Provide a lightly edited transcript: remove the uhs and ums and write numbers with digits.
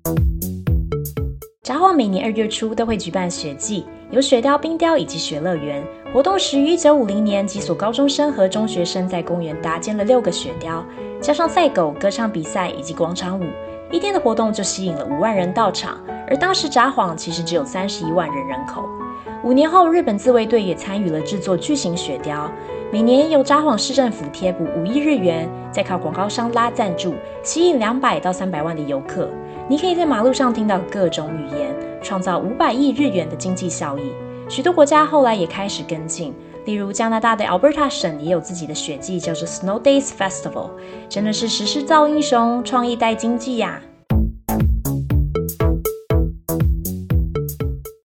札幌每年2月初都会举办雪季，有雪雕、冰雕以及雪乐园。活动始于1950年，几所高中生和中学生在公园搭建了6个雪雕，加上赛狗、歌唱比赛以及广场舞，一天的活动就吸引了5万人到场。而当时札幌其实只有31万人口。5年后，日本自卫队也参与了制作巨型雪雕，每年由札幌市政府贴补5亿日元，再靠广告商拉赞助，吸引200到300万的游客。你可以在马路上听到各种语言，创造500亿日元的经济效益。许多国家后来也开始跟进，例如加拿大的 Alberta 省也有自己的雪季，叫做 Snow Days Festival， 真的是时势造英雄，创意带经济呀。